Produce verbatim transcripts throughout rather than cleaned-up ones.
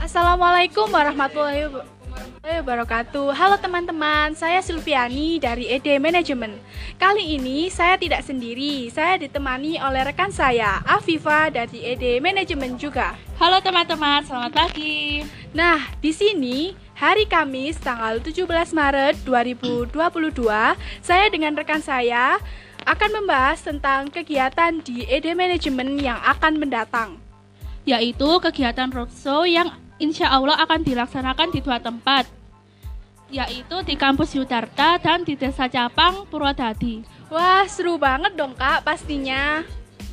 Assalamualaikum warahmatullahi wabarakatuh. Halo teman-teman, saya Silviani dari E D Manajemen. Kali ini saya tidak sendiri, saya ditemani oleh rekan saya, Afifa dari E D Manajemen juga. Halo teman-teman, selamat pagi. Nah, di sini hari Kamis tanggal tujuh belas Maret dua ribu dua puluh dua, saya dengan rekan saya akan membahas tentang kegiatan di E D Manajemen yang akan mendatang, Yaitu kegiatan roadshow yang insya Allah akan dilaksanakan di dua tempat, yaitu di kampus Yudarta dan di Desa Capang, Purwodadi. Wah, seru banget dong Kak pastinya.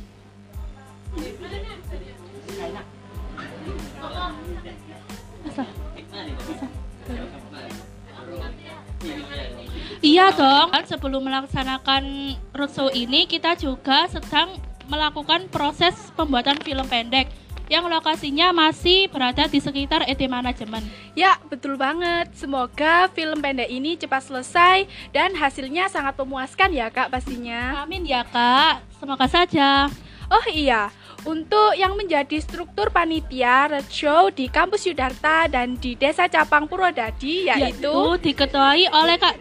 Iya dong, sebelum melaksanakan roadshow ini kita juga sedang melakukan proses pembuatan film pendek yang lokasinya masih berada di sekitar E D Manajemen. Ya, betul banget. Semoga film pendek ini cepat selesai dan hasilnya sangat memuaskan ya Kak pastinya. Amin ya Kak, semoga saja. Oh iya, untuk yang menjadi struktur panitia roadshow di kampus Yudarta dan di Desa Capang Purwodadi yaitu, yaitu diketuai oleh Kak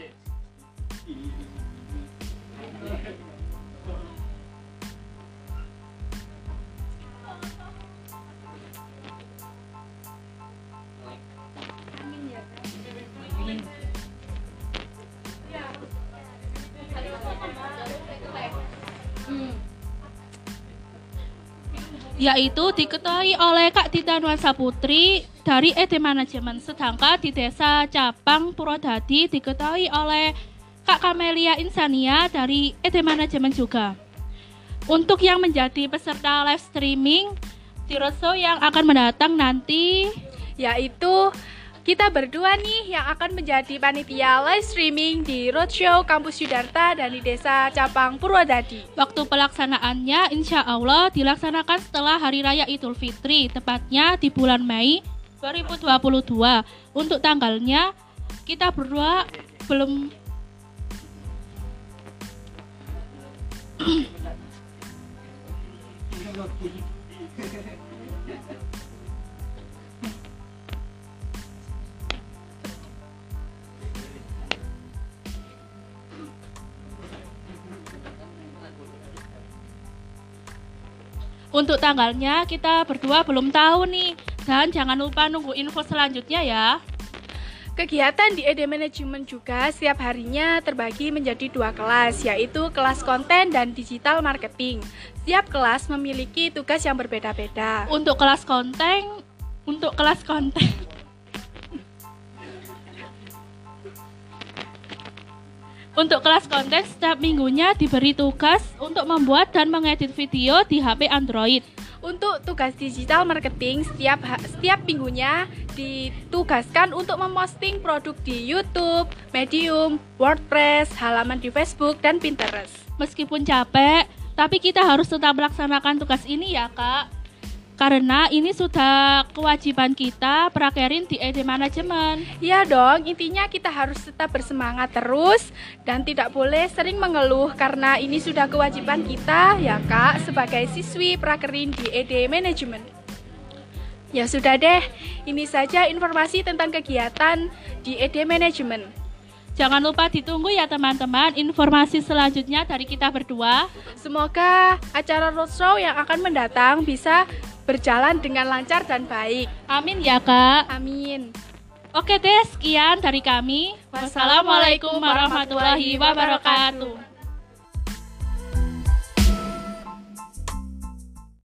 yaitu diketuai oleh Kak Tita Nuansa Putri dari E D Manajemen, sedangkan di Desa Capang Purwodadi diketuai oleh Kak Kamelia Insania dari E D Manajemen juga. Untuk yang menjadi peserta live streaming di roadshow yang akan mendatang nanti, yaitu kita berdua nih yang akan menjadi panitia live streaming di roadshow kampus Yudarta dan di Desa Capang Purwodadi. Waktu pelaksanaannya insya Allah dilaksanakan setelah Hari Raya Idul Fitri, tepatnya di bulan Mei dua ribu dua puluh dua. Untuk tanggalnya kita berdua belum Untuk tanggalnya kita berdua belum tahu nih. Dan jangan lupa nunggu info selanjutnya ya. Kegiatan di E D Manajemen juga setiap harinya terbagi menjadi dua kelas, yaitu kelas konten dan digital marketing. Setiap kelas memiliki tugas yang berbeda-beda. Untuk kelas konten, untuk kelas konten Untuk kelas konten setiap minggunya diberi tugas untuk membuat dan mengedit video di H P Android. Untuk tugas digital marketing setiap setiap minggunya ditugaskan untuk memposting produk di YouTube, Medium, WordPress, halaman di Facebook dan Pinterest. Meskipun capek, tapi kita harus tetap melaksanakan tugas ini ya Kak. Karena ini sudah kewajiban kita prakerin di E D Manajemen. Iya dong, intinya kita harus tetap bersemangat terus dan tidak boleh sering mengeluh karena ini sudah kewajiban kita ya Kak sebagai siswi prakerin di E D Manajemen. Ya sudah deh, ini saja informasi tentang kegiatan di E D Manajemen. Jangan lupa ditunggu ya teman-teman informasi selanjutnya dari kita berdua. Semoga acara roadshow yang akan mendatang bisa berjalan dengan lancar dan baik. Amin ya Kak. Amin. Oke deh, sekian dari kami. Wassalamualaikum warahmatullahi wabarakatuh.